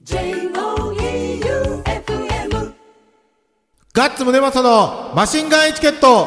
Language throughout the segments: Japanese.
J-O-E-U-F-M ガッツムネマソのマシンガンエチケット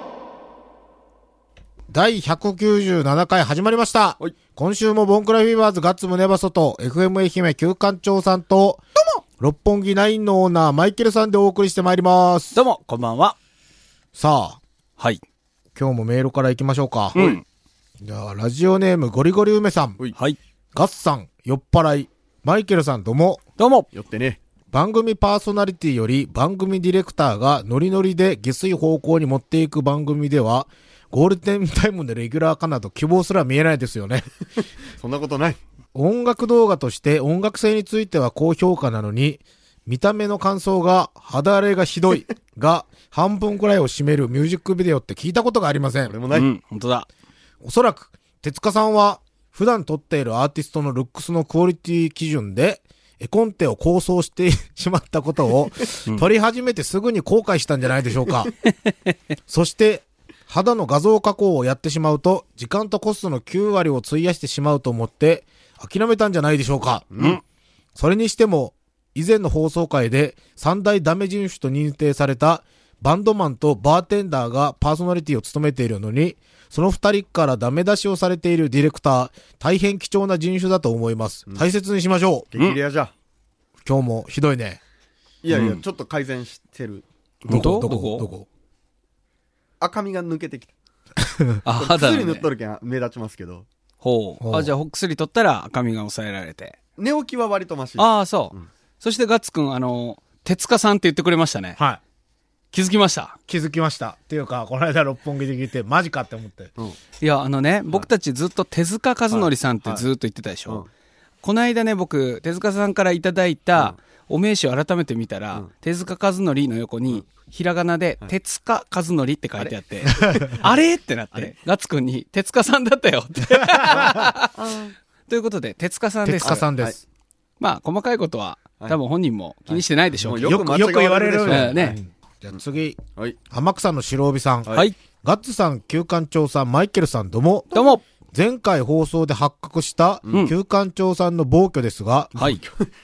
第197回始まりました。今週もボンクラフィーバーズガッツムネマソと FM 愛媛旧館長さんと六本木ナインのオーナーマイケルさんでお送りしてまいります。 どうもこんばんは。 さあ、 はい。 今日もメールから行きましょうか。 うん。 じゃあラジオネームゴリゴリ梅さん、 はい。 ガッツさん酔っ払い、マイケルさんどうも。 どうも。 よってね。 番組パーソナリティより番組ディレクターがノリノリで下水方向に持っていく番組ではゴールデンタイムでレギュラーかなど希望すら見えないですよね。 そんなことない。 音楽動画として音楽性については高評価なのに見た目の感想が肌荒れがひどいが半分くらいを占めるミュージックビデオって聞いたことがありません。 俺もない。 うん、本当だ。 おそらく手塚さんは普段撮っているアーティストのルックスのクオリティ基準で絵コンテを構想してしまったことを撮り始めてすぐに後悔したんじゃないでしょうか。そして肌の画像加工をやってしまうと時間とコストの9割を費やしてしまうと思って諦めたんじゃないでしょうか。 うん。 それにしても以前の放送回で三大ダメ人種と認定されたバンドマンとバーテンダーがパーソナリティを務めているのにその二人からダメ出しをされているディレクター、大変貴重な人種だと思います。大切にしましょう。 激レアじゃ。 今日もひどいね。 いやいや、ちょっと改善してる。 本当？ どこ赤みが抜けてきた。 あ、肌薬塗っね。 とるけん目立ちますけど。 ほう。 ほうあ、じゃあ、薬取ったら赤みが抑えられて。 寝起きは割とマシ。 ああ、そう。 うんそしてガッツくん、手塚さんって言ってくれましたね。 はい。 気づきました。 気づきました。っていうか、この間六本木で聞いて、マジかって思って。 うん。 いや、僕たちずっと手塚和則さんってずっと言ってたでしょ。 うんこの間ね、僕、手塚さんからいただいたお名刺を改めて見たら、手塚和則の横に、ひらがなで、手塚和則って書いてあって、あれってなって、ガッツくんに、手塚さんだったよって。ということで、手塚さんです。 手塚さんです。 まあ、細かいことは、多分本人も気にしてないでしょうけど。 よく間違われるでしょ。 ね。 じゃあ次、 はい。 天草の白帯さん。 はい。 ガッツさん、旧館長さん、マイケルさん、どうも。 どうも。 前回放送で発覚した、旧館長さんの暴挙ですが、 はい。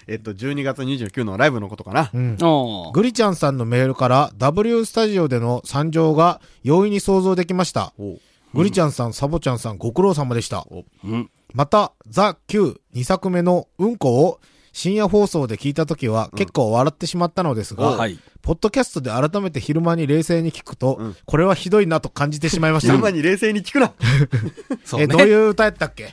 12月29のライブのことかな。 おーグリちゃんさんのメールから W スタジオでの惨状が容易に想像できました。グリちゃんさん、サボちゃんさんご苦労様でした。 うん。 また、ザ・ Q2 作目のうんこを深夜放送で聞いたときは結構笑ってしまったのですが、 はい。 ポッドキャストで改めて昼間に冷静に聞くと、これはひどいなと感じてしまいました。 昼間に冷静に聞くな。 そうね。 どういう歌やったっけ？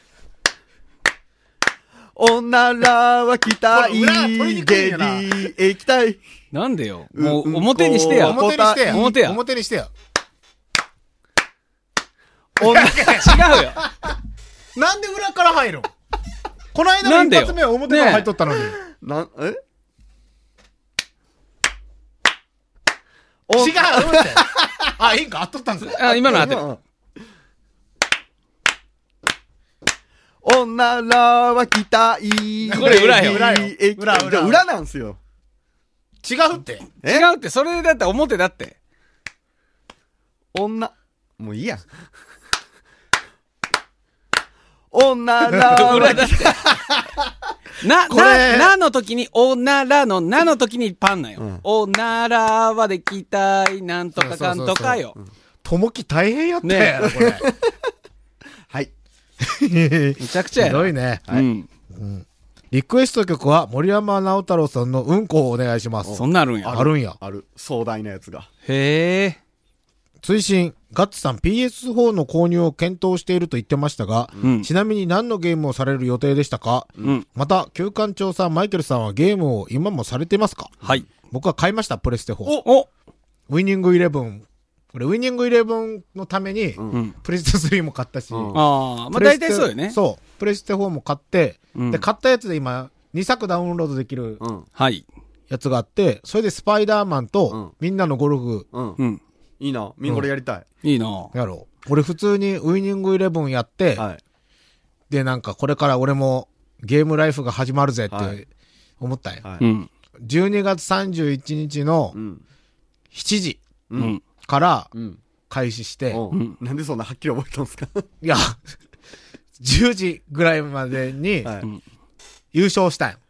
女らは期待、 これ裏取りにくいんゲやなディ液体。 なんでよ。もう、 うん表にしてや。 こう表にしてや。 表や表にしてや。 女、 違うよ。 なんで裏から入るん？この間のなんでよ一発目は表から入っとったのに。違うって。あ、いいんか、あっとったんですよ。 あ、今の当てる。 女らは期待。 これ裏よ裏よ液体裏裏なんすよ。 違うって。 え違うって、それだって表だって。 女。もういいや。女らは裏だって。 これなの時に、おならの、なの時にパンなんよ。おならはできたい、なんとかかんとかよ。 ともき大変やったやろ、これ。 はい。 めちゃくちゃひやどいね。 うん。 リクエスト曲は森山直太朗さんのうんこをお願いします。 そんなあるんや。 あるんや。 ある。壮大なやつが。 へえ。 追伸、ガッツさん PS4 の購入を検討していると言ってましたが、 うん。 ちなみに何のゲームをされる予定でしたか？ うん。 また、旧館長さん、マイケルさんはゲームを今もされてますか？ はい。 僕は買いました、プレステ4。 おウィニングイレブン。これ、ウィニングイレブンのために、 うん。 プレステ3も買ったし、 うんああ、まあ大プレステ体そうよね。 そう。プレステ4も買って、 うんで、買ったやつで今、2作ダウンロードできるうん。 はい。 やつがあって、それでスパイダーマンと、みんなのゴルフうん。 うん。 いいな。みんなこれやりたい。 いいな。 やろう。俺普通にウィニングイレブンやって、 はい。 で、なんかこれから俺もゲームライフが始まるぜっはいて思ったんや。 はい。 うん。 12月31日のうん。 7時うん。 からうん。 開始して、 うん。なんでそんなはっきり覚えたんですか？ いや、10時ぐらいまでにはい。 優勝したんよ。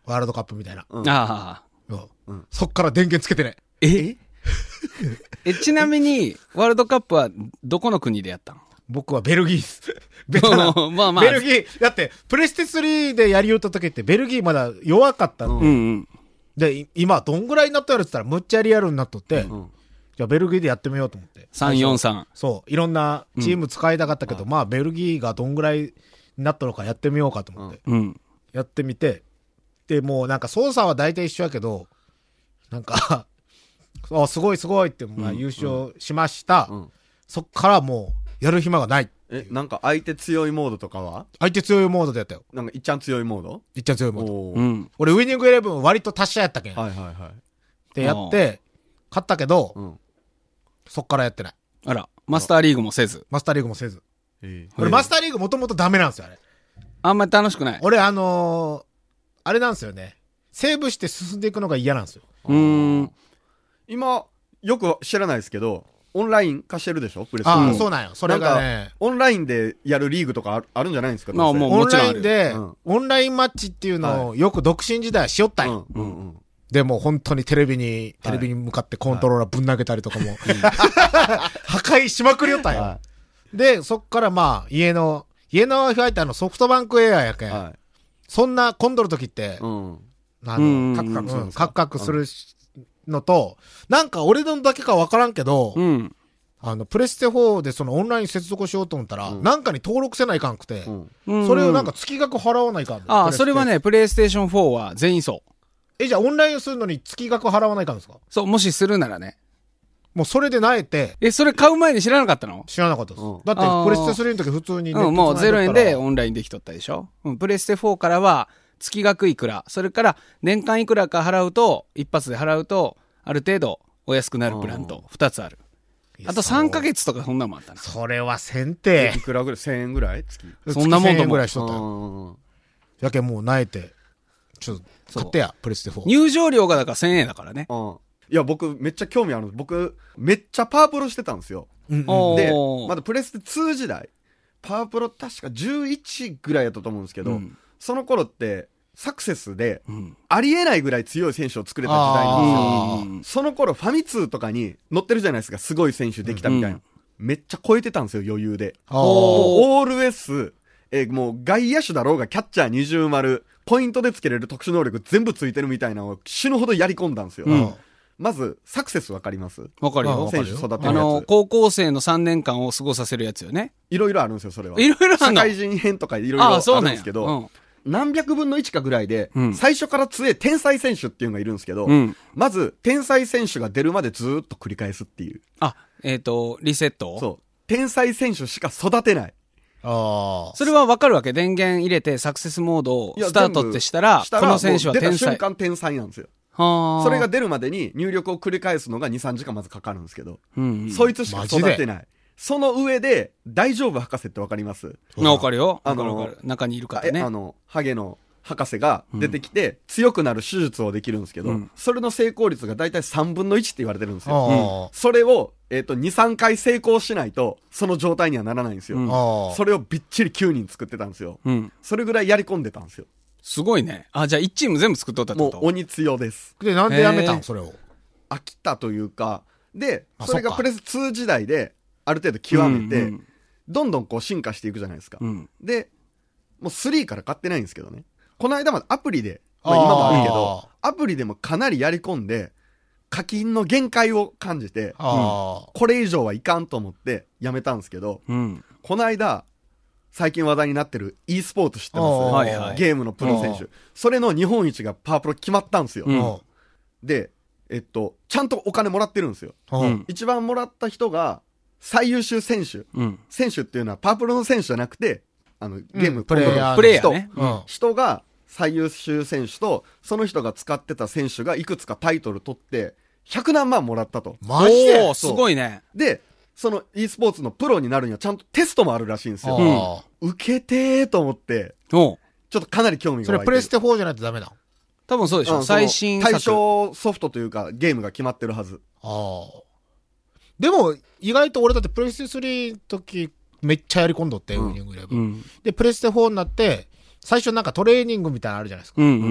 ワールドカップみたいな。 うんああ。 そっから電源つけてね。 ちなみに、ワールドカップはどこの国でやったの？ 僕はベルギーっす。ベタな。 まあまあ。 ベルギー、だって、プレステ3でやりよった時って、ベルギーまだ弱かったの。 うんうん。 で、今、どんぐらいになったやるって言ったら、むっちゃリアルになっとって、 んじゃあベルギーでやってみようと思って。 343。 そう、いろんなチーム使いたかったけど、まあ、ベルギーがどんぐらいになったのかやってみようかと思って。 うん。 やってみて、で、もうなんか操作は大体一緒やけど、なんか、あ、すごいすごいって、まあ優勝しました。 うんそっからもう、やる暇がない。 なんか相手強いモードとかは相手強いモードでやったよ。 なんかいっちゃん強いモードいっちゃん強いモード。 おーうん。 俺、ウィニングイレブン割と達者やったけん。 はいはいはい。 で、やって、勝ったけど、 うん。 そっからやってない。 あら、マスターリーグもせず。 マスターリーグもせず。 え俺、マスターリーグもともとダメなんですよ、あれ。 あんまり楽しくない。 俺、あれなんですよね。セーブして進んでいくのが嫌なんですよ。 今、よく知らないですけど、オンライン化してるでしょプレステああ、 4 そうなんよ。それがなんねか、オンラインでやるリーグとかあるんじゃないんですかまあもうオンもちろんあるラインで、 うんオンラインマッチっていうのをよく独身時代はしよったんよ。 うん。 でも本当にテレビに向かってコントローラーぶん投げたりとかも、破壊しまくりよったんよ。 はで、そっからまあ、家の Wi-Fi ってソフトバンクエアやけん。 はい。 そんな混んどる時って、 うん。 うんカクカクするんですか。カクカクする。 るのと、なんか俺のだけかわからんけど、 うん。 プレステ4でそのオンライン接続しようと思ったら、なんかに登録せないかんくて、 うん。 それをなんか月額払わないかんの。 ああ、 プレステそれはね、プレイステーション4は全員そう。 じゃあオンラインするのに月額払わないかんですか？ そう、もしするならね。 もうそれで萎えて、 それ買う前に知らなかったの？ 知らなかったです。 うんだって、プレステ3の時普通にネットうん、もう繋いどったら 0円でオンラインできとったでしょ。うん、プレステ4からは月額いくら、それから年間いくらか払うと、一発で払うと、ある程度お安くなるプランと2つある。あと3ヶ月とかそんなもんあったな。 それはせんてい。くらぐらい ?1000 円ぐらい月。 そんなもん月1000円ともぐらいしとったよ。 うん。 やけんもう萎えて、ちょっと買ってや、プレステ4。 入場料がだから1000円だからね。 いや、僕、めっちゃ興味あるんです。僕、めっちゃパワープロしてたんですよ。 うんうんでおー、 まだプレステ2時代、パワープロ確か11ぐらいやったと思うんですけど、 うんその頃って、サクセスで、 うん。 ありえないぐらい強い選手を作れた時代なんですよ。 あうんその頃、ファミ通とかに載ってるじゃないですか、すごい選手できたみたいな。 うんめっちゃ超えてたんですよ、余裕で。 あーもうオール S、もう外野手だろうが、キャッチャー20丸、ポイントでつけれる特殊能力全部ついてるみたいなのを死ぬほどやり込んだんですよ。 うんまず、サクセスわかりますわかるよあわ。かるよ選手育てるやつ。 高校生の3年間を過ごさせるやつよね。 いろいろあるんですよ、それは。 いろいろあ社るの。 会人編とかいろいろあああ、そうなんや。 るんですけど、何百分の1かぐらいで、 うん最初から強い天才選手っていうのがいるんですけど、 うん。 まず、天才選手が出るまでずーっと繰り返すっていう。 あ、リセットそう。天才選手しか育てない。 あー。 それはわかるわけ。電源入れてサクセスモードをスタートってしたら、この選手はもう出た天才。 瞬間天才なんですよ。 はあ。 それが出るまでに入力を繰り返すのが2、3時間まずかかるんですけど、 うんうん、 そいつしか育マジでてない。その上で、大丈夫博士ってわかりますわかるよ。 あのわかるわかる。中にいる方ね。 ハゲの博士が出てきて、強くなる手術をできるんですけど、 うんそれの成功率が大体3分の1って言われてるんですよ。 あそれを、2、3回成功しないと、その状態にはならないんですよ。 うんー。あそれをびっちり9人作ってたんですよ。 うん。 それぐらいやり込んでたんですよ。 すごいね。あ、じゃあ1チーム全部作っとったってこと？ もう鬼強です。 で、なんでやめたへーんそれを。 飽きたというか、で、 あそれがそっかプレス2時代で、ある程度極めて、 うんどんどんこう進化していくじゃないですか。 うん。 で、もう3から買ってないんですけどね。この間までアプリで、まあ今もあるけど、アプリでもかなりやり込んで、課金の限界を感じて、 ああ。 これ以上はいかんと思ってやめたんですけど、 うん。 この間、最近話題になってる e スポーツ知ってます、 はいはいゲームのプロ選手。それの日本一がパワープロ決まったんですよ。 うんで、ちゃんとお金もらってるんですよ。 うん一番もらった人が最優秀選手。 うん。 選手っていうのはパワープロの選手じゃなくて、ゲーム、 プレイヤーのプレイヤーね。 うん。 人が最優秀選手と、その人が使ってた選手がいくつかタイトル取って、100何万もらったと。 マジでおーすごいね。 で、その e スポーツのプロになるにはちゃんとテストもあるらしいんですよ。 あ受けてーと思って、 おうちょっとかなり興味ー。そが湧いてる。 れプレステ4じゃないとダメだ。 多分そうでしょ。最新作。 対象ソフトというかゲームが決まってるはず。 ああ。でも、意外と俺だってプレステ3の時、めっちゃやり込んどって、 うんウィニングイレブン。 うん。 で、プレステ4になって、最初なんかトレーニングみたいなのあるじゃないですか。 うんうん。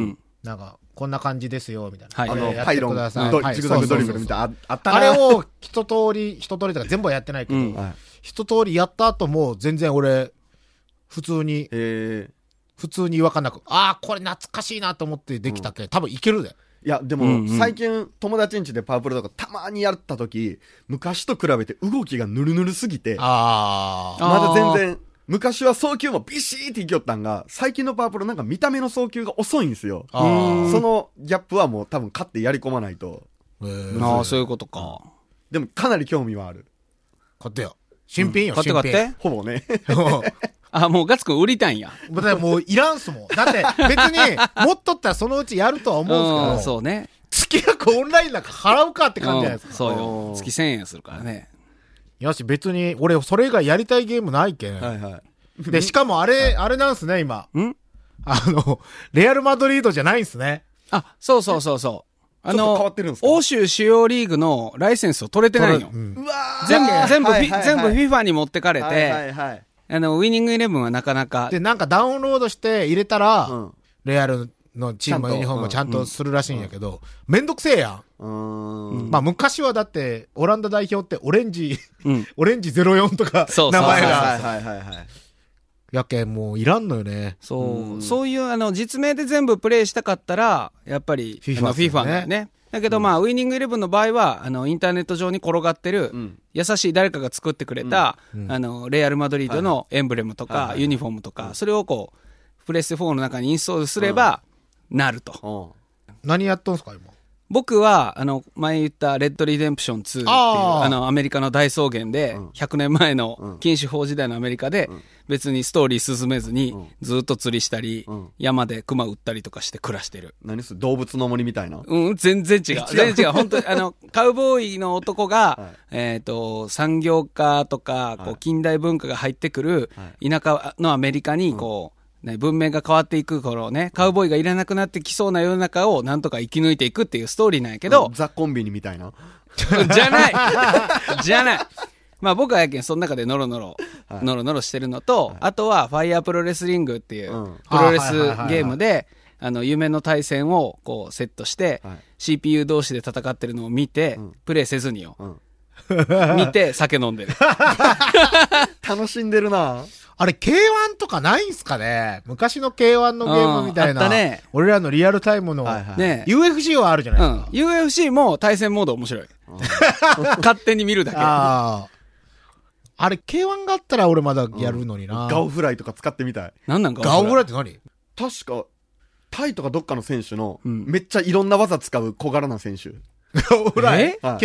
なんか、こんな感じですよ、みたいな。 はいやってパイロン、 くださいジグザグドリブルみたいな、あったな。 あれを一通りとか全部はやってないけど、 うんはい一通りやった後も全然俺、普通に違和感なく、ああ、これ懐かしいなと思ってできたけ、多分いけるで。 いや、でも、 うんうん最近、友達ん家でパワープロとかたまにやった時、昔と比べて動きがヌルヌルすぎて、 ああ。 まだ全然、昔は送球もビシーっていきよったんが、最近のパワープロなんか見た目の送球が遅いんですよ。 あーそのギャップはもう多分勝ってやり込まないと。 ああ、そういうことか。 でもかなり興味はある。 買ってよ。新品よ、 買って新品。 買って。 ほぼね。 あ、もうガッツくん売りたいんや。 だからもういらんすもん。だって別に、持っとったらそのうちやるとは思うんですけど、 そうね。 月額オンラインなんか払うかって感じじゃないですか。 そうよお。ー月1000円するからね。 よし、別に、俺それ以外やりたいゲームないけん。 はいはい。 で、しかもあれなんすね、今。 んレアルマドリードじゃないんすね。 あ、そうそうそうそう。 ちょっと変わってるんですか欧州主要リーグのライセンスを取れてないんよ。 うんうわー全部、 はいはいはい全部 FIFA に持ってかれて、 はいはいはい。 ウィニングイレブンはなかなか、 で、なんかダウンロードして入れたら、 うんレアルのチームのユニフォームをちゃんとするらしいんやけど、めんどくせえやん。まあ昔はだって、オランダ代表ってオレンジ、 うん。 オレンジ04とか、 そうそう名前が。 はいはいはいはい。 やけんもういらんのよね。 そう、そういう実名で全部プレイしたかったら、やっぱり FIFA ですよね FIFA だよね。だけどまあ、ウイニングイレブンの場合は、インターネット上に転がってる、 ん優しい誰かが作ってくれた、レアル・マドリードのエンブレムとか、 はいはいユニフォームとか、それをこう、プレステ4の中にインストールすれば、なると。 何やっとんすか、今。 僕は、前言ったレッドリデンプション2っていう、 あーアメリカの大草原で、100年前の禁酒法時代のアメリカで、別にストーリー進めずに、ずっと釣りしたり、山で熊撃ったりとかして暮らしてる。 何す動物の森みたいな。 うん、全然違う。全然違う。本当に、カウボーイの男が、産業化とか、こう、近代文化が入ってくる、田舎のアメリカに、こう、ね、文明が変わっていく頃ね、カウボーイがいらなくなってきそうな世の中をなんとか生き抜いていくっていうストーリーなんやけど、 ザ・コンビニみたいな。 じゃないじゃないまあ僕はやけん、その中でノロノロしてるのと、あとはファイヤープロレスリングっていう、プロレスゲームで、夢の対戦をこうセットして、CPU 同士で戦ってるのを見て、プレイせずによ。見て、酒飲んでる。 楽しんでるな。 あれ、K1 とかないんすかね？昔の K1 のゲームみたいな。 あったね。 俺らのリアルタイムの。 はいはいね UFC はあるじゃないですか。 UFC も対戦モード面白い。勝手に見るだけ。 ああ。あれ、K1 があったら俺まだやるのにな。 ガオフライとか使ってみたい。 なんなんかガオフライって何？ 確か、タイとかどっかの選手の、 んめっちゃいろんな技使う小柄な選手。 ガオフライえはい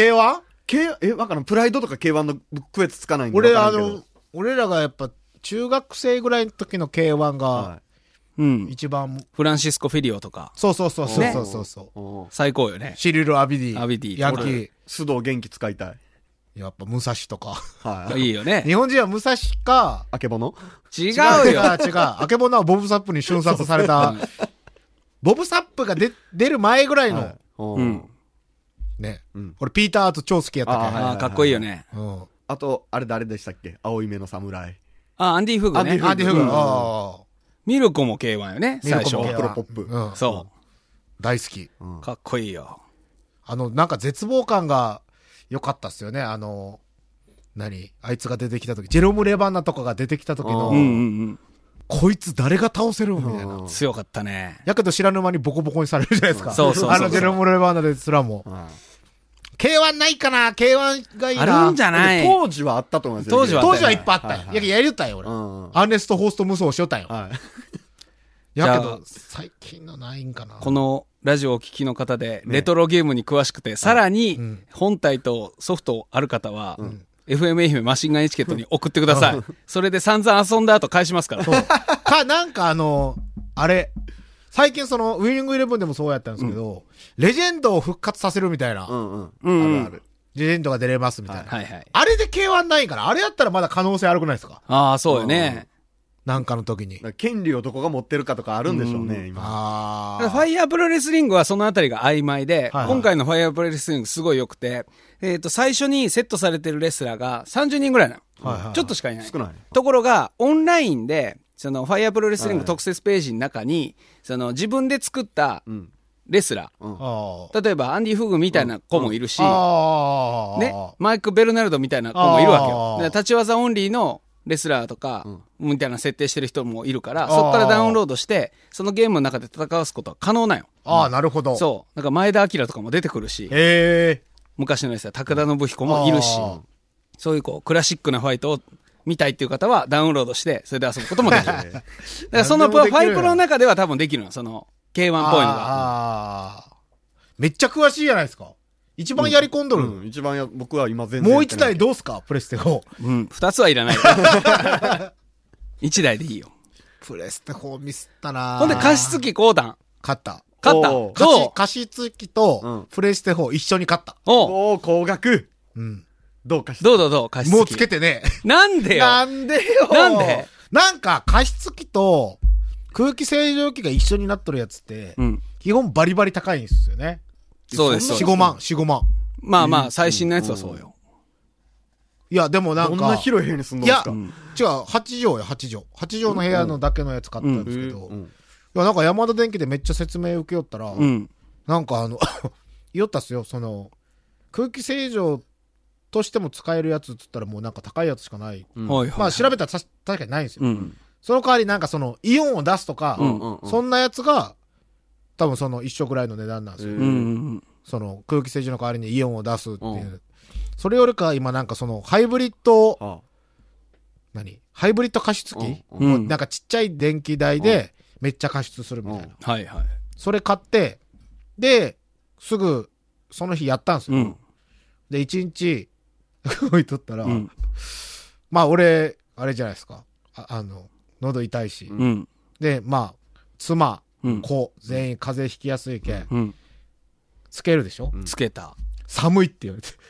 ?K1? わからん。プライドとか K1 の区別つかないんでわ俺、 からんけど。 俺らがやっぱ、中学生ぐらいの時の K1 が、 はうん。 一番、 フランシスコ・フィリオとか、 そうそうそうそうねそうそうそう。 いおう最高よね。 シリル・アビディ。 アビディヤンキー俺。須藤元気使いたい。 やっぱ、武蔵とか。 はい。 いいよね。 日本人は武蔵か、 あけぼの違うよ。 違う。あけぼのはボブサップに瞬殺された。ボブサップが出る前ぐらいの、 はいおううん。 ね。 うん俺、ピーターと超好きやったけあはいああ、かっこいいよね。 うん。 あと、あれ誰でしたっけ青い目の侍。 あ、アンディ・フグね。 アンディフグアンディフグ、 うんあミルコも K1 よね、最初ミルコも。 プロポップ。 あ。うん。 そ大好き。 う。かっこいいよ。 なんか絶望感が良かったっすよね。あいつが出てきた時、ジェロム・レバンナとかが出てきた時のううんうんうん。 こいつ誰が倒せるみたいな。 うん強かったね。 やけど知らぬ間にボコボコにされるじゃないですか。 そうそうそうそうジェロム・レバンナですらも。K1 ないかな ?K1 がいいな。 あるんじゃない当時はあったと思いますよ。 当時は当時はいっぱいあったはいはいよ。やりよったよ、俺。 うん。 アーネスト・ホースト無双しよったよ。 はい。 やけじゃあど、最近のないんかな。 このラジオをお聞きの方で、レトロゲームに詳しくて、さらに本体とソフトある方は、FM 愛媛マシンガンエチケットに送ってください。それで散々遊んだ後返しますから。 なんかあれ、最近ウィニングイレブンでもそうやったんですけど、レジェンドを復活させるみたいな。 うんうん。 うんあるある。 レジェンドが出れますみたいな。 はいはい。 あれで K1 ないから、あれやったらまだ可能性あるくないですか？ ああ、そうよね。 なんかの時にだか。ら権利をどこが持ってるかとかあるんでしょうね、今。 あファイヤープロレスリングはそのあたりが曖昧で、 はい今回のファイヤープロレスリングすごい良くて、最初にセットされてるレスラーが30人ぐらいなの。 はいはいはいちょっとしかいない。 少ない。 ところが、オンラインで、 そのファイヤープロレスリング特設ページの中に、その自分で作ったうん。 レスラうん。 あー、例えばアンディ・フグみたいな子もいるし、 あ。 ね、マイク・ベルナルドみたいな子もいるわけよ。 あーだから立ち技オンリーのレスラーとか、みたいな設定してる人もいるから、 あーそこからダウンロードして、そのゲームの中で戦わすことは可能なんよ。 ああ、なるほど。 そう。なんか前田明とかも出てくるし、 へえ。 昔のレスラー、武田信彦もいるしあー、 そういうこう、クラシックなファイトを見たいっていう方はダウンロードして、それで遊ぶこともできる。だからそのフ何でもできるァイプロの中では多分できるの、その K1 っぽいのが。 ああ。めっちゃ詳しいじゃないですか。一番やり込んどる。 うん。一番僕は今全然。 もう一台どうすかプレステ4。 うん、二つはいらない。一台でいいよ。 プレステ4ミスったなほんで加湿器買うたん。 買った。 買った。 おうどう加湿器とプレステ4一緒に買った。 おうおー、高額。 うん。 どうかしどう加湿器。 もうつけてね。 なんでよ。 なんでよ。 なんでなんか加湿器と空気清浄機が一緒になっとるやつって、 うん。 基本バリバリ高いんですよね。 そうです。 4、5万、4、5万。 まあまあ、最新のやつはそうよ。 いや、でもなんか、 どんな広い部屋に住んいや、 どんすか違う、8畳よ、8畳。8畳の部屋のだけのやつ買ったんですけど、 うんいや、なんか山田電機でめっちゃ説明受けよったら、 うん。 なんか言おったっすよ、その、空気清浄としても使えるやつっつったらもうなんか高いやつしかない。 うんはいはい。 まあ調べたら確かにないんですよ。 うん。 その代わりなんかその、イオンを出すとか、 うんそんなやつが、多分その一緒ぐらいの値段なんですよ。 うんうん。 その空気清浄の代わりにイオンを出すっていう。 うんそれよりか今なんかその、ハイブリッド、 あハイブリッド加湿器、 うんうんなんかちっちゃい電気代でめっちゃ加湿するみたいな。 はいはい。 それ買って、で、すぐその日やったんですよ。 うん。 で、1日置いとったら、 うん。 まあ俺、あれじゃないですか。喉痛いし。 うん。 で、まあ、妻、 うん。 子、全員風邪ひきやすいけん、 うん。 つけるでしょ、 つけた。 寒いって言われて。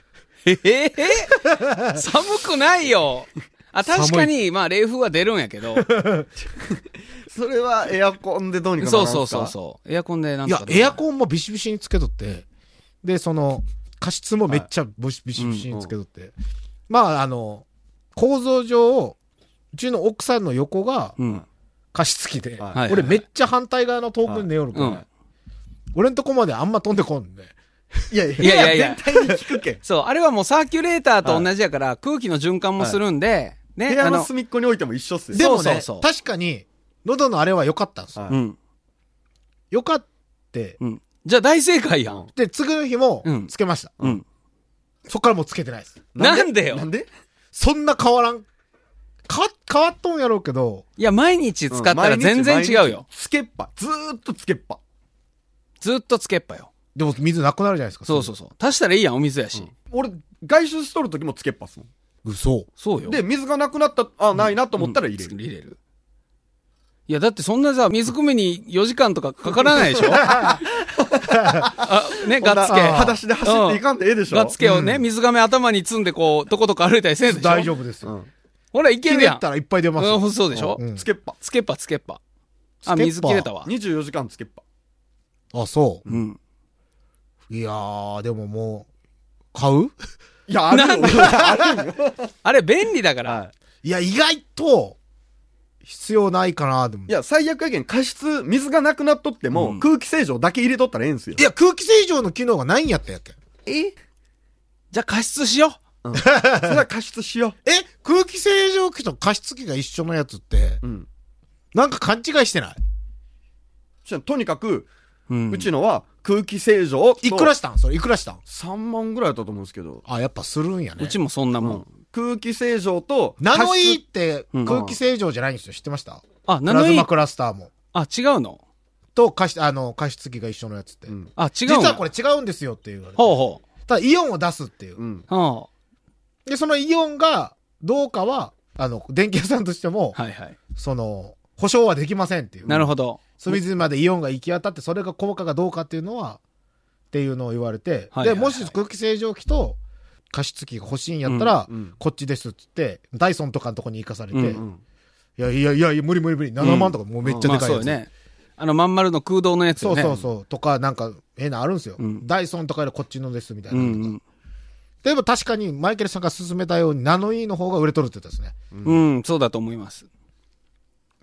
寒くないよ。あ、確かに、まあ、冷風は出るんやけど。 それはエアコンでどうにかなそうらんすかそうそうそう。エアコンでなんいや、 とかエアコンもビシビシにつけとって、で、その、加湿もめっちゃビシビシにつけとって。まあ、構造上、うちの奥さんの横がうん。 加湿器で、 はいはい俺めっちゃ反対側の遠くに寝よるから、 うん俺んとこまであんま飛んでこんで。 いやいいやいやいや全体に効くけん。 そう、あれはもうサーキュレーターと同じやから、空気の循環もするんで、ね、 部屋の隅っこに置いても一緒っすよ。 でもね、 そうそうそう確かに、喉のあれは良かったんですよ。 はいうん。 良かって、 うん。じゃあ大正解やん。 で、次の日もうんつけました。 うん。 そっからもうつけてないです。 なんでよなんでそんな変わらん。変わっとんやろうけど、 いや、毎日使ったら全然違うよ。。 つけっぱ。ずーっとつけっぱ。 ずっとつけっぱよ。 でも水なくなるじゃないですか。 そうそうそう。足したらいいやん、お水やし。 俺、外出しとる時もつけっぱっすもん。 嘘。 そうよ。 で、水がなくなった、ないなと思ったら入れる。 入れる。いや、だってそんなさ、水汲みに4時間とかかからないでしょあ、ね、ガッツこんな系。 裸足で走っていかんでええでしょ。 ガッツ系をね、水亀頭に積んでこう、とことか歩いたりせんでしょ大丈夫ですよ。 うん。 ほら、いけるやん。 切れたらいっぱい出ますよ。 うん、そうでしょうんつけっぱ。 つけっぱ、つけっぱ。あ、 つけっぱ水切れたわ。 24時間つけっぱ。 あ、そうん。 う。いやー、でももう、買ういや、あるよ。あるよ。 あれ便利だから。 はいや、意外と、必要ないかな、でも。 いや、最悪やけん、加湿、水がなくなっとっても、 うん空気清浄だけ入れとったらええんすよ。 いや、空気清浄の機能がないんやったやっけ。 えじゃあ加湿しよそれは加湿しよ空気清浄機と加湿器が一緒のやつって、 う。うん。 なんか勘違いしてないそしたらとにかく、 う。うんうちのは空気清浄と。 いくらしたんそれいくらしたん ?3 万ぐらいだったと思うんですけど。 あ、やっぱするんやね。 うちもそんなもん。 空気清浄と、 ナノイー加ってうん空気清浄じゃないんですよ。知ってましたあ、 プナノイー、 ラズマクラスターも。 あ、違うのと、加湿器が一緒のやつって。 うん。 あ、違う実のはこれ違うんですよっていう。 ほうほただイオンを出すっていう。 うん。 う。はで、そのイオンがどうかは、電気屋さんとしても、 はいはい。 保証はできませんっていう。 なるほど。 隅々までイオンが行き当たって、それが効果がどうかっていうのは、っていうのを言われて、 はいはいはいで、もし空気清浄機と加湿器が欲しいんやったら、 うん。 こっちですっつって、ダイソンとかのとこに行かされて、 うんうん。 いやいやいや、無理無理無理、7万とかもうめっちゃまあでかいやつ。 そうよね。まん丸の空洞のやつそうよね。 そうそう。とか、なんか、変なあるんですよ。 うんダイソンとかよりこっちのです、みたいなのとか。 うんでも確かに、マイケルさんが勧めたように、ナノイーの方が売れとるって言ったんですね。 うん。うん、そうだと思います。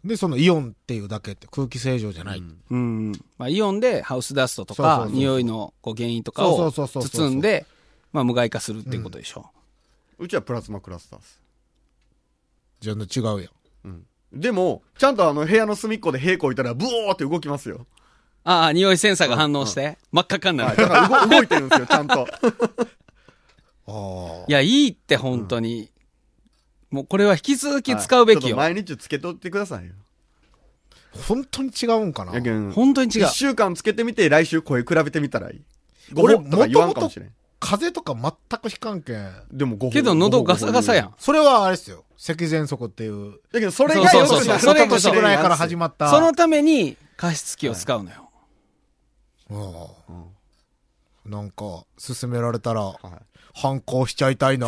で、そのイオンっていうだけって空気清浄じゃない。 うん。まあ、イオンでハウスダストとか、 そうそうそうそう匂いのこう原因とかそをうそうそうそう包んで、まあ、無害化するっていうことでしょうちはプラズマクラスターです。 じゃあ違うやん。 でも、ちゃんと部屋の隅っこで平行置いたら、ブオーって動きますよ。 ああ、匂いセンサーが反応して、真っ赤っかになはい。 る。 だから動いてるんですよ、ちゃんと。 あいや、いいって、本当に。もう、これは引き続き使うべきよ。 ちょっと毎日つけとってくださいよ。 あ。本当に違うんかな。 やけん本当に違う 1。週間つけてみて、来週声比べてみたらいい。 俺 5とか言わんかもしれん。 風邪とか全くひかんけん。 でも5 けど、喉ガサガサやん。。 それはあれですよ。咳喘息っていう。 だけど、それがそうそうそう良くなるそれが一昨年ぐらいから始まった。 そのために、加湿器を使うのよ。 なんか、勧められたら、 はい反抗しちゃいたいな。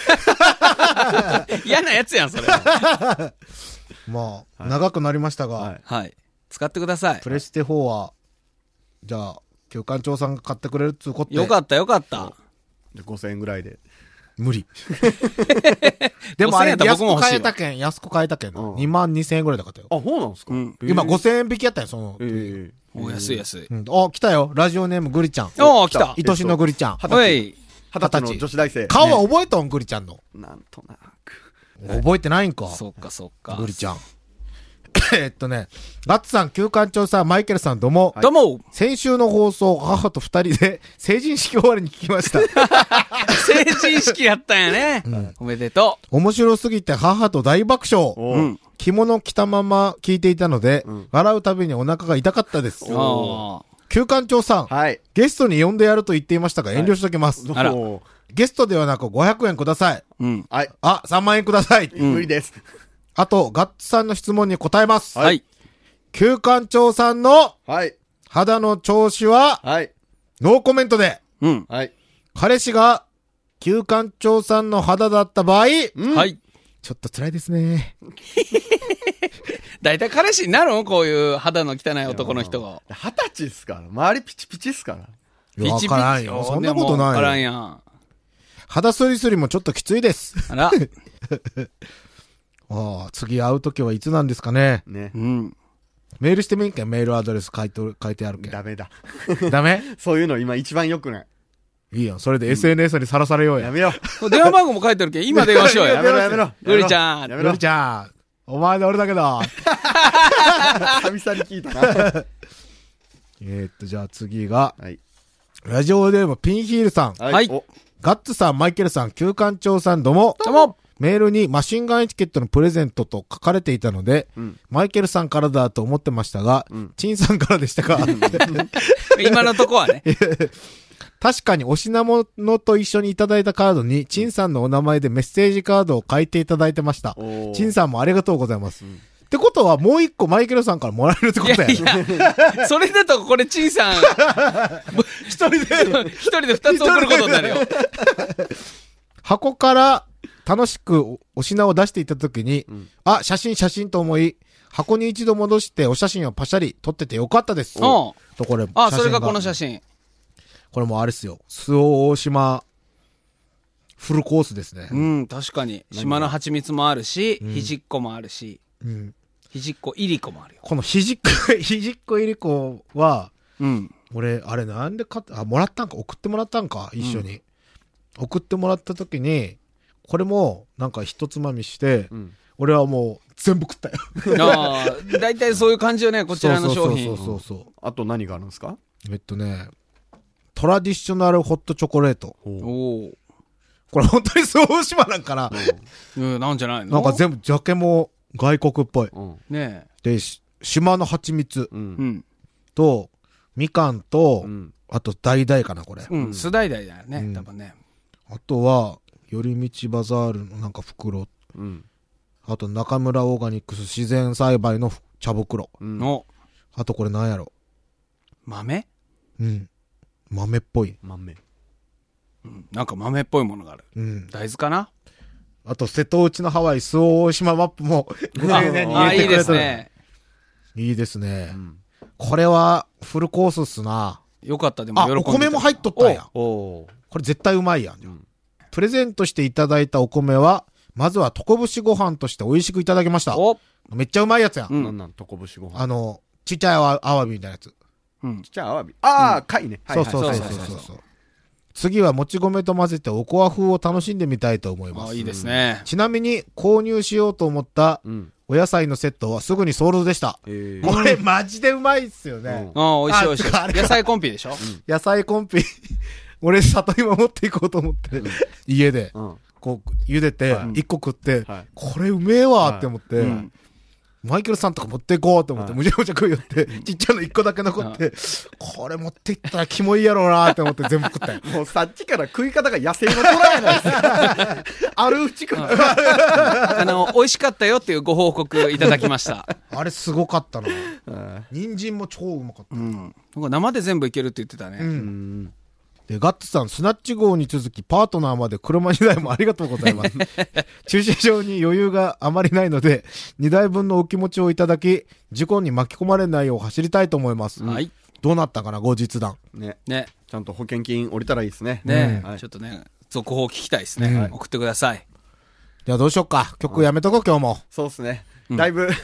嫌なやつやん、それ。 まあ、長くなりましたが、 はいはい。使ってくださいプ。レステ4は、じゃあ、旧館長さんが買ってくれるっつうことで。 よかった、よかった。 で5000円ぐらいで。 無理。でもあれ、 5000円やったら安く僕も欲しいわ買えたけん、安く買えたけん。 うん 2万2000円ぐらいだったよ。 あ、そうなんですかうん。 今5000円引きやったよ、その。 ええお安い安い。 うん、あ、来たよ。ラジオネームグリちゃん。 おー、来た。 愛しのグリちゃん。 おい。 20歳の女子大生。 顔は覚えとん、グリちゃんの。 なんとなく。 覚えてないんか。 そっか、そっか。 グリちゃん。ガッツさん、旧館長さん、マイケルさん、どうも。 どうも。 先週の放送、母と二人で成人式終わりに聞きました。 成人式やったんやね。おめでと面白すぎて母と大爆笑。 う。うおうん。 ん。 着物着たまま聞いていたので、 うん笑うたびにお腹が痛かったです。 あ旧館長さん、 はい。 ゲストに呼んでやると言っていましたが遠慮しときます。 あらおーゲストではなく500円ください。 あ。うん。 はい。 あ、3万円ください。 ん無理です。 あと、ガッツさんの質問に答えます。 はい。 旧館長さんのはい。 肌の調子は、 はい。 ノーコメントで、 うん。 はい。 彼氏が旧館長さんの肌だった場合、 うんはい。 ちょっと辛いですね。 だいたい彼氏になるのこういう肌の汚い男の人が。 20歳っすから。周りピチピチっすから。 いやわからんよ。そんなことわからなんいよ。 やん。 肌スリスリもちょっときついです。 あら。 ああ、次会うときはいつなんですかね。 ねう。ん。 メールしてみんけん、メールアドレス書いてあるけん。 ダメだ。 ダメそういうの今一番良くない。 いいよ。それで SNS にさらされようや。 やめよう。 電話番号も書いてるけん、今電話しようや。 やめろやめろ。 グリちゃんやめろルリ。ちゃん、お前で俺だけど。 久々に聞いたな。 じゃあ次が、 はい。 ラジオネームピンヒールさん。 はいおガッツさん、マイケルさん、旧館長さん、どうも。 どうも。 メールにマシンガンエチケットのプレゼントと書かれていたので、 うんマイケルさんからだと思ってましたが、 んチンさんからでしたか今のとこはね。 確かにお品物と一緒にいただいたカードに、チンさんのお名前でメッセージカードを書いていただいてました。 おーチンさんもありがとうございます。ってことは、もう一個マイケルさんからもらえるってことや。 いや、それだとこれ、チンさん、 一人で。 一人で二つ送ることになるよ。 箱から楽しくお品を出していたときに、あ、写真と思い、箱に一度戻してお写真をパシャリ撮っててよかったです。 うん。 と、これ、 あ、それがこの写真。 これもあれですよ。周防大島、フルコースですね。 うん、確かに。島の蜂蜜もあるし、ひじっこもあるし、 うんひじっこ、いりこもあるよ。 このひじっこいりこは、 うん。 俺、あれなんで買った、もらったんか、送ってもらったんか、一緒に。送ってもらった時に、これも、なんか一つまみして、 うん。 俺はもう全部食ったよ。 ああ、だいたいそういう感じよね、こちらの商品。 そうそう。 あと何があるんですか？ トラディショナルホットチョコレート。 おお。 これ本当に周防大島なんかな。 うん、なんじゃないのなんか全部、ジャケも外国っぽい。 うん。 ねで、島の蜂蜜う。 え。うんん。 と、みかんと、 うん。 あと、橙かな、これ。 うん、酢だいだいだよね、 うん多分ね。 あとは、寄り道バザールのなんか袋。 うん。 あと、中村オーガニックス自然栽培の茶袋。 うん。 の、 あと、これなんやろ。 豆うん。豆っぽい。 豆。 うん、なんか豆っぽいものがある。 うん。 大豆かなあと、瀬戸内のハワイ、周防大島マップも、ご丁寧にあ、いいで入れてくれた。 すね。 いいですね。 うん。 これは、フルコースっすな。 よかった、でもあ、 喜んでた。 お米も入っとったんや。 おー。 これ絶対うまいやん。 んプレゼントしていただいたお米は、 まずは、とこぶしご飯として美味しくいただきました。 おめっちゃうまいやつや。 うんなんとこぶしご飯。 ちっちゃいアワビみたいなやつ。 うんちっちゃいアワビ。ああ、貝ね。 そうそうそうそうそう。次はもち米と混ぜておこわ風を楽しんでみたいと思います。 いいですね。 ちなみに購入しようと思ったうん。 お野菜のセットはすぐにソールドでした。これマジでうまいっすよね。 美味しい美味しい。 あれか野菜コンピでしょ野菜コンピ。俺里芋持っていこうと思って、家で、 うん。 こう、茹でてはい、 一個食ってはい、 これうめえわって思ってうん、 マイケルさんとか持っていこうと思って、 はいむちゃむちゃ食いよって、ちっちゃいの一個だけ残って、これ持っていったらキモいやろうなって思って全部食ったよ。 もうさっきから食い方が野生のトラやないですか。あるうちくん。 美味しかったよっていうご報告いただきました。 あれすごかったな。人参も超うまかった。 なんか生で全部いけるって言ってたうね。 ん。で、ガッツさん、スナッチ号に続き、パートナーまで車2台もありがとうございます。駐車場に余裕があまりないので、2台分のお気持ちをいただき、事故に巻き込まれないよう走りたいと思います。 はい。 どうなったかな、後日談。 ね。 ね。 ちゃんと保険金降りたらいいですね。 ねはいちょっとね、続報聞きたいですね。送ってください。 じゃあどうしよっか。曲やめとこう、今日も。 そうっすね。だいぶ、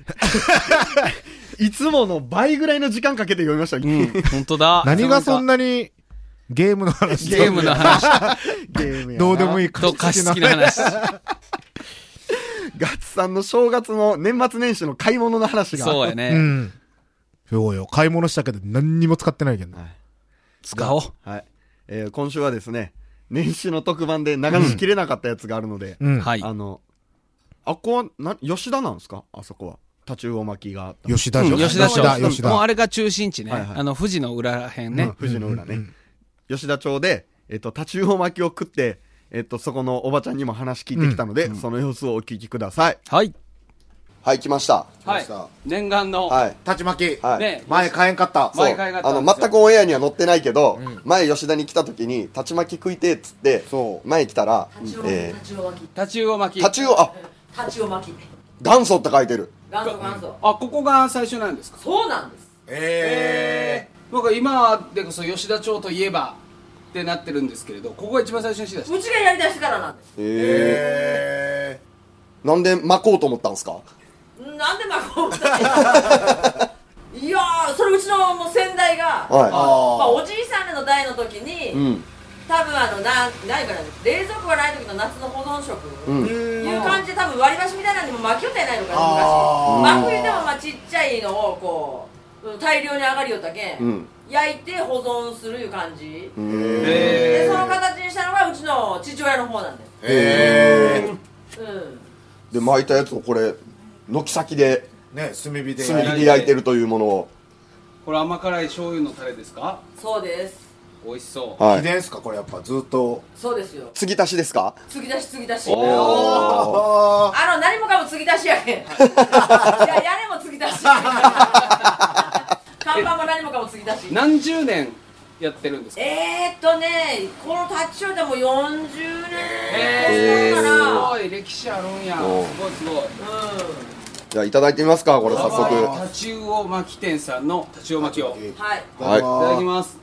いつもの倍ぐらいの時間かけて読みました。 本当だ。 何がそんなに、ゲームの話ゲームの話ゲームやな。 どうでもいいと加湿器の話。 ガッツさんの正月の年末年始の買い物の話が。 うそうやね。 ん。そうよ。買い物したけど何にも使ってないけど。 はい。 使おう。 はい。今週はですね、年始の特番で流しきれなかったやつがあるので、 うん。 はい。 あこは、吉田なんですかあそこは。タチウオ巻きがあった。 吉田城。 吉田町。 吉田。 もうあれが中心地ね。 はいはい富士の裏らへんね。 富士の裏ね。吉田町で、タチウオ巻きを食って、そこのおばちゃんにも話聞いてきたので、その様子をお聞きください。 はい。 はい、来ました。 はい。念願の。 はい。 立ち巻き。 はい。 ね。 前買えんかった。 毎回があったんですよ全くオンエアには載ってないけど、前吉田に来た時に、立ち巻き食いてっつって、前来たら、 立ち巻き。 タチウオ巻き。 タチウオ、 立ち巻き。 元祖って書いてる。 元祖元祖。 あ、ここが最初なんですか？ そうなんです。 僕は今でこそ吉田町といえばってなってるんですけれど、ここが一番最初にしだした。 うちがやりだしてからなんです。 なんで巻こうと思ったんですか？ なんで巻こうといやー、それうちのもう先代が、 はまあ、おじいさんらの代の時に、 い。うん。 多分何かな、冷蔵庫がない時の夏の保存食、 うん。 いう感じで多分割り箸みたいなのにも巻きよったやないのかな、昔。巻く言うてもまあちっちゃいのをこう、大量に上がりよったけん、 うん。 焼いて保存するいう感じ。 へで、その形にしたのがうちの父親の方なんです。 え。 うん。 で、巻いたやつをこれ、軒先で、 ね、炭火で。 炭火で焼いてるというものを。 これ甘辛い醤油のタレですか？ そうです。 美味しそう。 はい。 秘伝っすかこれやっぱずっと。 そうですよ。 継ぎ足しですか？ 継ぎ足し継ぎ足し。 おー。 何もかも継ぎ足しやけん。いや、屋根も継ぎ足し。看板も何もかも継ぎ足し。 何十年やってるんですか？ このタッチショーでも40年すかな。 ごい歴史あるんや。 おすごいすごい。 じゃあいただいてみますか、これ早速。 タチウオ巻き店さんのタチウオ巻きをいはい。 はい。 ただきます。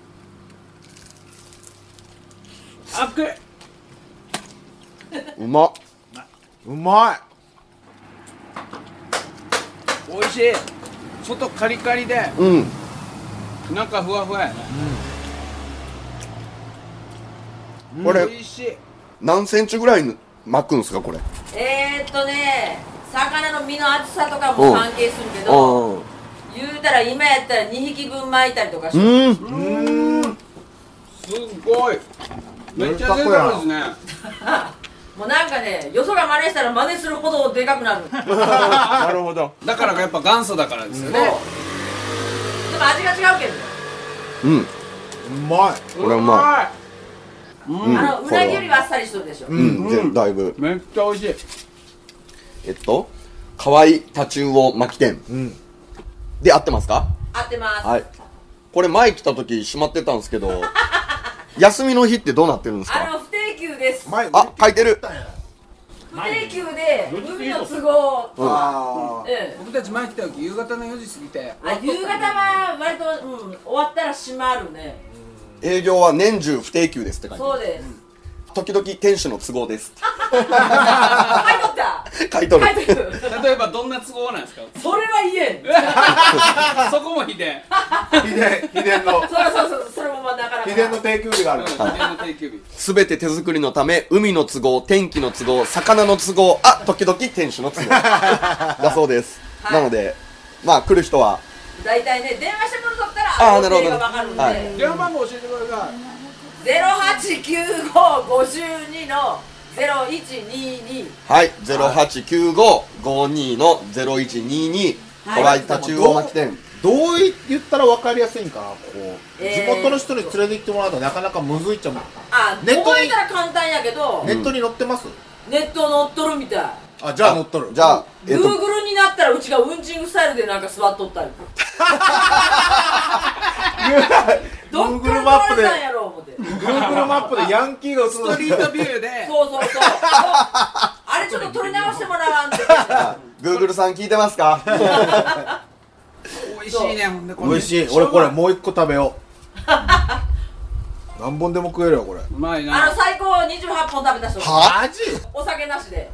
あっくい。 うまっ。 うまい。 美味しい。外カリカリでうん。 中ふわふわやね。 これ美味しい。 何センチぐらい巻くんですか、これ。 魚の身の厚さとかも関係するけど、 うん。 言うたら今やったら2匹分巻いたりとかして、 うん。 すごい。めっちゃでかいですね。 もうなんかね、よそが真似したら真似するほどでかくなる。そう。 なるほど。 だからやっぱ元祖だからですよでね。 も味が違うけど、 うん。 うまい。 これはうまい。 うんうなぎよりはあっさりしとるでしょ。 うん。だいぶ。 めっちゃ美味しい。 河合タチウオ巻き店。で、合ってますか？ 合ってます。 はい。これ前来た時閉まってたんですけど、休みの日ってどうなってるんですか？ 不定休です。 前あ、書いてる。 不定休で、海の都合。 あうん。 僕たち前来た時夕方の4時過ぎて。 夕方は割と、終わったら閉まるね。 営業は年中不定休ですって書いてる。 そうです。 時々店主の都合です。 買い取った買い取る。 買い取る例えばどんな都合なんですか？ それは言えんそこも秘伝。 秘伝の、 そうそれもまあなかなか秘伝の定休日がある。 秘伝の定休日。 すべて手作りのため、海の都合、天気の都合、魚の都合、時々店主の都合。だそうです。 はいなので、まあ来る人は、 大体ね電話してくるとったらなるほど予定が分かるんで、 はい電話番号教えてください。 089552の0122 はい、089552の0122、 はい河合太中央巻店。 どう言ったら分かりやすいんかな、こう。地ー元の人に連れて行ってもらうとなかなかむずいっちゃもん。 ネットネットににたら簡単やけど、 ネットに載ってます？ ネット乗っとるみたい。 あ、じゃあ載っとる。 じゃあ、 Google になったらうちがうんちんグスタイルでなんか座っとったりどっから Google マップで取られたんやろ思って Google マップでヤンキーが映るストリートビューで。 そうあれちょっと撮り直してもらわんと Google さん聞いてますか？ 美味しいね、ほんでこれ。 美味しい。俺これもう一個食べよう。何本でも食えるよこれ。 うまいな。 最高28本食べた人マジ？ お酒なしで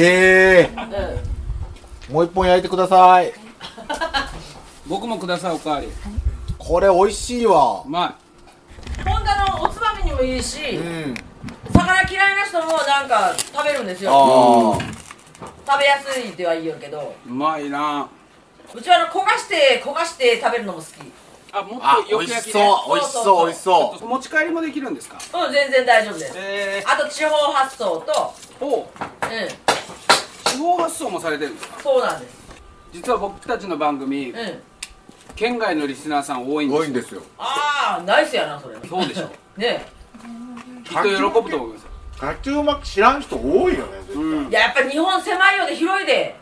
もう一本焼いてください。 僕もください、おかわり。 これ美味しいわう。まホンダのおつまみにもいいし、 うん。 魚嫌いな人もなんか食べるんですよ。食べやすいっては言うけど、 い。うまいな。 うちは焦がして食べるのも好き。 あ、もっあ、 とよ美味く焼きね。 しそう、美味しそう、美味しそう。 持ち帰りもできるんですか？ 全然大丈夫です。あと地方発送と、 おう。地方発送もされてるんですか？ そうなんです。 実は僕たちの番組、県外のリスナーさん多いんですよ。 多いんですよ。 ナイスやなそれ。 そうでしょ。 ねきっと喜ぶと思いますよ。 カチューマキ知らん人多いよね、絶いやっぱ日本狭いようで広いで。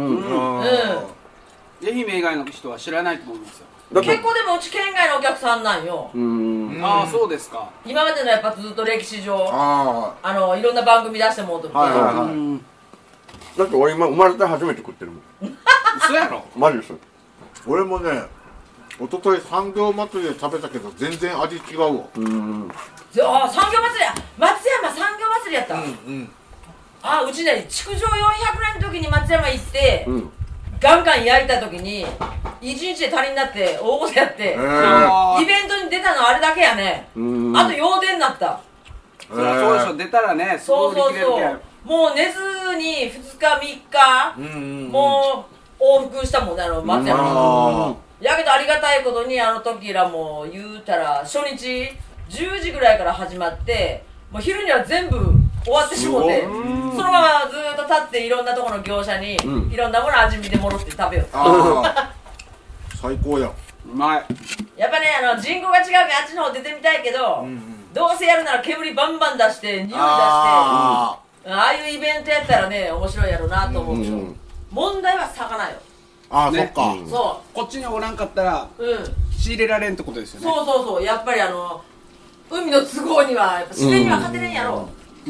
愛媛以外の人は知らないと思いますよ。 結構でもうち県外のお客さんなんよ。 ああ、そうですか。 今までのやっぱずっと歴史上あいろんな番組出してもうとるはいはいはいだって俺今生まれて初めて食ってるもん。 嘘やろ。 マジです。 俺もね、一昨日産業祭りで食べたけど全然味違うわ。 産業祭りや松山産業祭りやった。うちね築城400年の時に松山行って、ガンガン焼いた時に1日で足りになって大ごとやって、イベントに出たのあれだけやね。あと用電になった。 そりゃそうでしょ。出たらね、すそうぐ売り切れるけん。 もう寝ずに2日3日もう往復したもんね、松山。やけどありがたいことにあの時らもう言うたら初日10時ぐらいから始まってもう昼には全部終わってしもて、そのままずーっと立っていろんなところの業者にいろんなもの味見でもろって食べよう。 最高やん。 うまい。 やっぱね人口が違うからあっちの方出てみたいけど、どうせやるなら煙バンバン出して匂い出してああいうイベントやったらね面白いやろうなと思うけど、問題は魚よ。 ねそっか。 そこっちにおらんかったらう仕入れられんってことですよね。 そうやっぱり海の都合にはやっぱ自然には勝てれんやろ。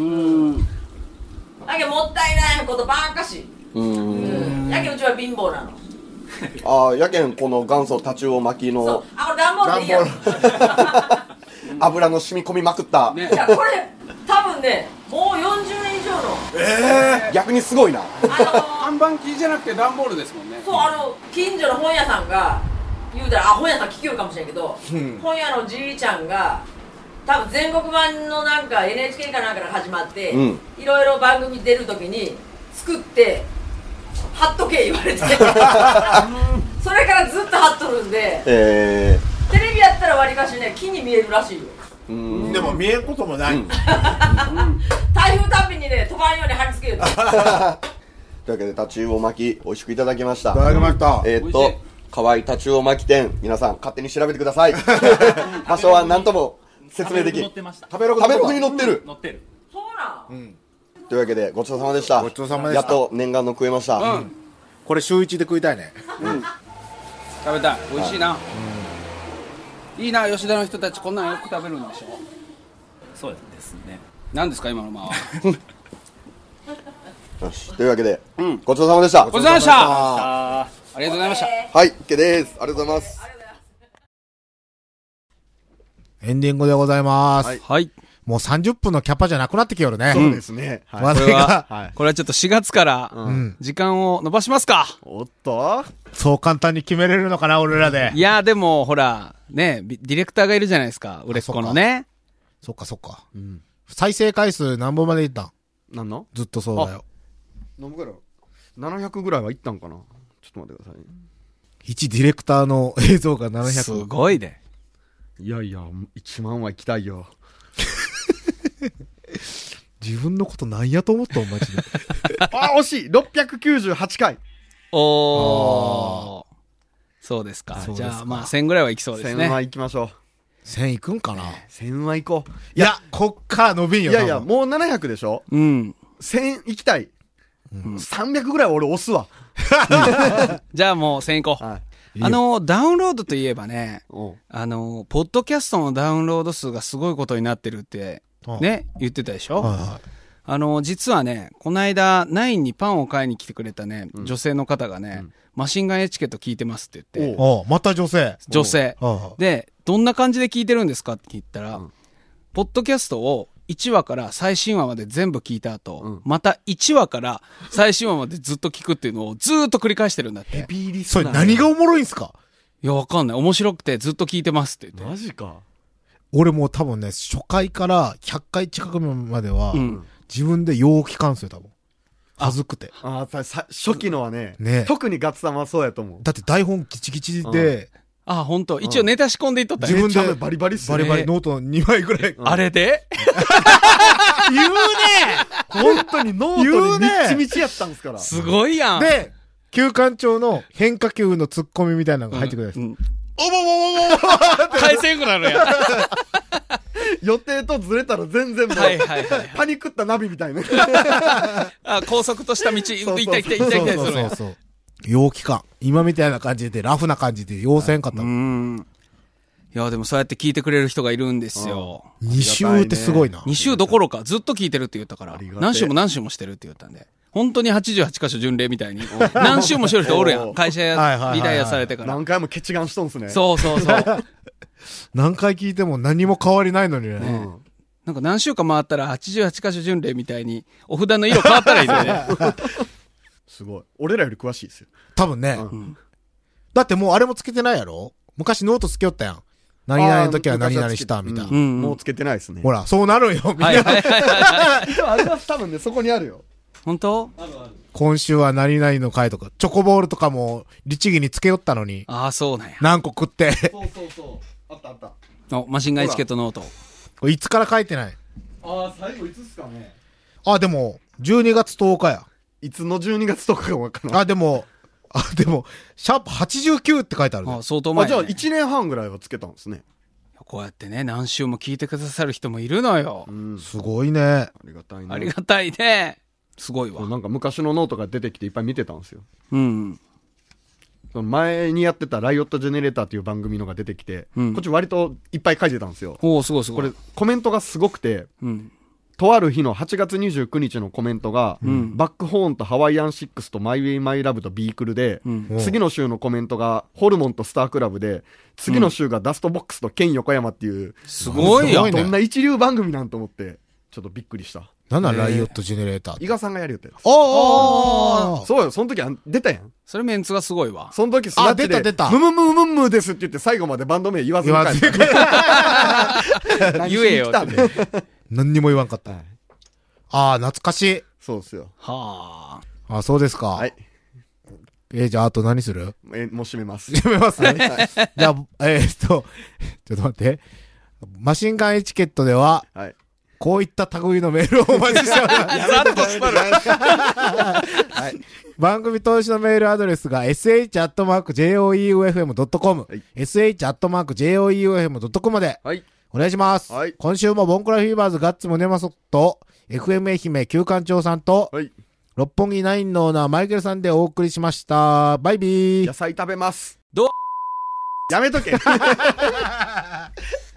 だけどもったいないことばっかし。やけどうちは貧乏なの。 やけんこの元祖タチウオ巻きそうのこれ段ボールでいいやろ。 油の染み込みまくったねいやこれ多分ねもう40年以上の逆にすごいな。 看板機じゃなくて段ボールですもんね。 そう近所の本屋さんが言うたら本屋さん聞きよるかもしれんけど、本屋のじいちゃんが多分全国版のなんか NHK かなんかから始まって、いろいろ番組出るときに作って貼っとけ言われてそれからずっと貼っとるんで、テレビやったらわりかしね木に見えるらしいよ。 でも見えんこともない。 台風たびにね飛ばんように貼り付けるというわけでタチウオ巻き美味しくいただきました。 いただきました。 河合タチウオ巻き店、皆さん勝手に調べてください。場所は何とも説明できん。 食べログに載ってる。 そうなん、 というわけでごちそうさまでした。 ごちそうさまでしたやっと念願の食えました。 これ週一で食いたいね。 食べたい。美味しいな。いいな、吉田の人たちこんなんよく食べるんでしょ。 そうですね。 何ですか今の間は。 よし、というわけで、ごちそうさまでした。 ごちそうさまでした。 あありがとうございました。 はい、OK です。ありがとうございます。 エンディングでございます。 はいはい。 もう30分のキャパじゃなくなってきよるね。 そうですね。はい。 話題が。 はい。 これはちょっと4月からうん。 時間を延ばしますか。 おっとそう簡単に決めれるのかな、俺らでい。や、でも、ほら、ね、ディレクターがいるじゃないですか。売れっ子のね。 そっかそっか。 うん。 再生回数何本までいったん？ なんのずっとそうだよ。 何ぐらい ?700 ぐらいはいったんかなちょっと待ってくださいね。 1ディレクターの映像が700。 すごいで。 いやいや、1万は行きたいよ。 自分のことなんやと思ったんマジで。 あ、惜しい !698 回。 おー。そうですか。 そうですかじゃあ、まあ、1000ぐらいはいきそうです 1000はね。 行きましょう。 1000いくんかな。 1000は行こう。 いや、こっから伸びんよ。 いやいや、 多分もう700でしょ？ うん。 1000行きたい。300ぐらいは俺押すわ。 じゃあもう1000いこう。 はい。 いいよダウンロードといえばね、 うん。 ポッドキャストのダウンロード数がすごいことになってるって、ね、言ってたでしょ、 はいはい。 実はね、この間、ナインにパンを買いに来てくれたね、女性の方がね、マシンガンエチケット聞いてますって言って、 おうまた女性。 女性。 はで、どんな感じで聞いてるんですかって聞いたら、 うんポッドキャストを1話から最新話まで全部聞いた後、 うんまた1話から最新話までずっと聞くっていうのをずーっと繰り返してるんだって。 ビーリスそれ何がおもろいんすか？ いや、わかんない。面白くてずっと聞いてますって言って。 マジか。 俺もう多分ね、初回から100回近くまでは、 うん自分でよう聞かんすよ、多分。恥ずくて。 ああ、初期のはね、 ね特にガッツさんはそうやと思う。 だって台本ギチギチで、 あ、本当。一応ネタ仕込んでいっとったよ。 自分でめっちゃバリバリっすねバリバリノート2枚ぐらい。 あれで言うね本当にノートに言うねみっちみちやったんですから。 すごいやん。 で、旧館長の変化球のツッコミみたいなのが入ってくるやつ。 うんおぼぼぼぼぼ返せんくなるやん。 予定とずれたら全然もう、 はいはいはい。 パニックったナビみたいな。 あ、高速とした道、 そうそう行った行った行った行ったそうするやん。 そうそう。陽気感。今みたいな感じで、ラフな感じで、要せんかったうもん。 ん。いや、でもそうやって聞いてくれる人がいるんですよ。 2週ってすごいな。 2週どころかずっと聞いてるって言ったからありがてえ、 何週も何週もしてるって言ったんで。本当に88箇所巡礼みたいに、何週もしてる人おるやん。会社はいはいはいはいリタイアされてから。 何回もケチガンしとんすね。 そうそうそう。 何回聞いても何も変わりないのにね。 うん。 なんか何週間回ったら88箇所巡礼みたいに、お札の色変わったらいいのね。 すごい。俺らより詳しいですよ。 多分ね。 うんだってもうあれもつけてないやろ？昔ノートつけよったやん。何々の時は何々した、みたいな。 うんうんもうつけてないですね。 ほら、そうなるよ、みんな。 はいはいはいはい。 でもあれは多分ね、そこにあるよ。 本当？ 今週は何々の回とか、チョコボールとかも、律儀につけよったのに、 ああ、そうなんや。 何個食って。 そうそうそう。あったあった。 お、マシンガンエチケットノート。 これいつから書いてない？ ああ、最後いつっすかね。 あ、でも、12月10日や。 いつの12月とかかわからん。 あ、でも、シャープ89って書いてあるねあ、相当前、 あ、じゃあね。 1年半ぐらいはつけたんですね。 こうやってね、何週も聞いてくださる人もいるのよ。 うん。 すごいね。 ありがたいね。 ありがたいね。すごいわ。 なんか昔のノートが出てきていっぱい見てたんですよ。 うん。 その前にやってたライオットジェネレーターっていう番組のが出てきて、 うんこっち割といっぱい書いてたんですよ。 おお、すごいすごい。 これコメントがすごくて、 うん。 とある日の8月29日のコメントが、 んバックホーンとハワイアンシックスとマイウェイマイラブとビークルで、 うん。 うん次の週のコメントがホルモンとスタークラブで、次の週がダストボックスとケン横山っていう、 すごいよすご。いねどんな一流番組なんと思って、ちょっとびっくりした。 なんなんライオットジェネレーターって。 伊賀さんがやるよって。 あそうよ、その時出たやん。 それメンツがすごいわ。 その時スナッチで、 あ出たムムムムムムですって言って最後までバンド名言わずに帰った。何しに言えよ来たんってで何にも言わんかった。 はいああ、懐かしい。 そうっすよ。 はあ。 あそうですか。 はい。 じゃあ、あと何する？ もう閉めます。 やめますね。じゃあ、ちょっと待って。マシンガンエチケットでは、 はい。 こういった類のメールをお待ちしております。 ざっとしとる。 はい。 番組投資のメールアドレスが sh.joeufm.com、 はい sh.joeufm.com まではい。 お願いします。 はい今週もボンクラフィーバーズガッツムネマソと FM 愛媛旧館長さんとはい。 六本木ナインのオーナーマイケルさんでお送りしました。バイビー。 野菜食べます。 どうやめとけ。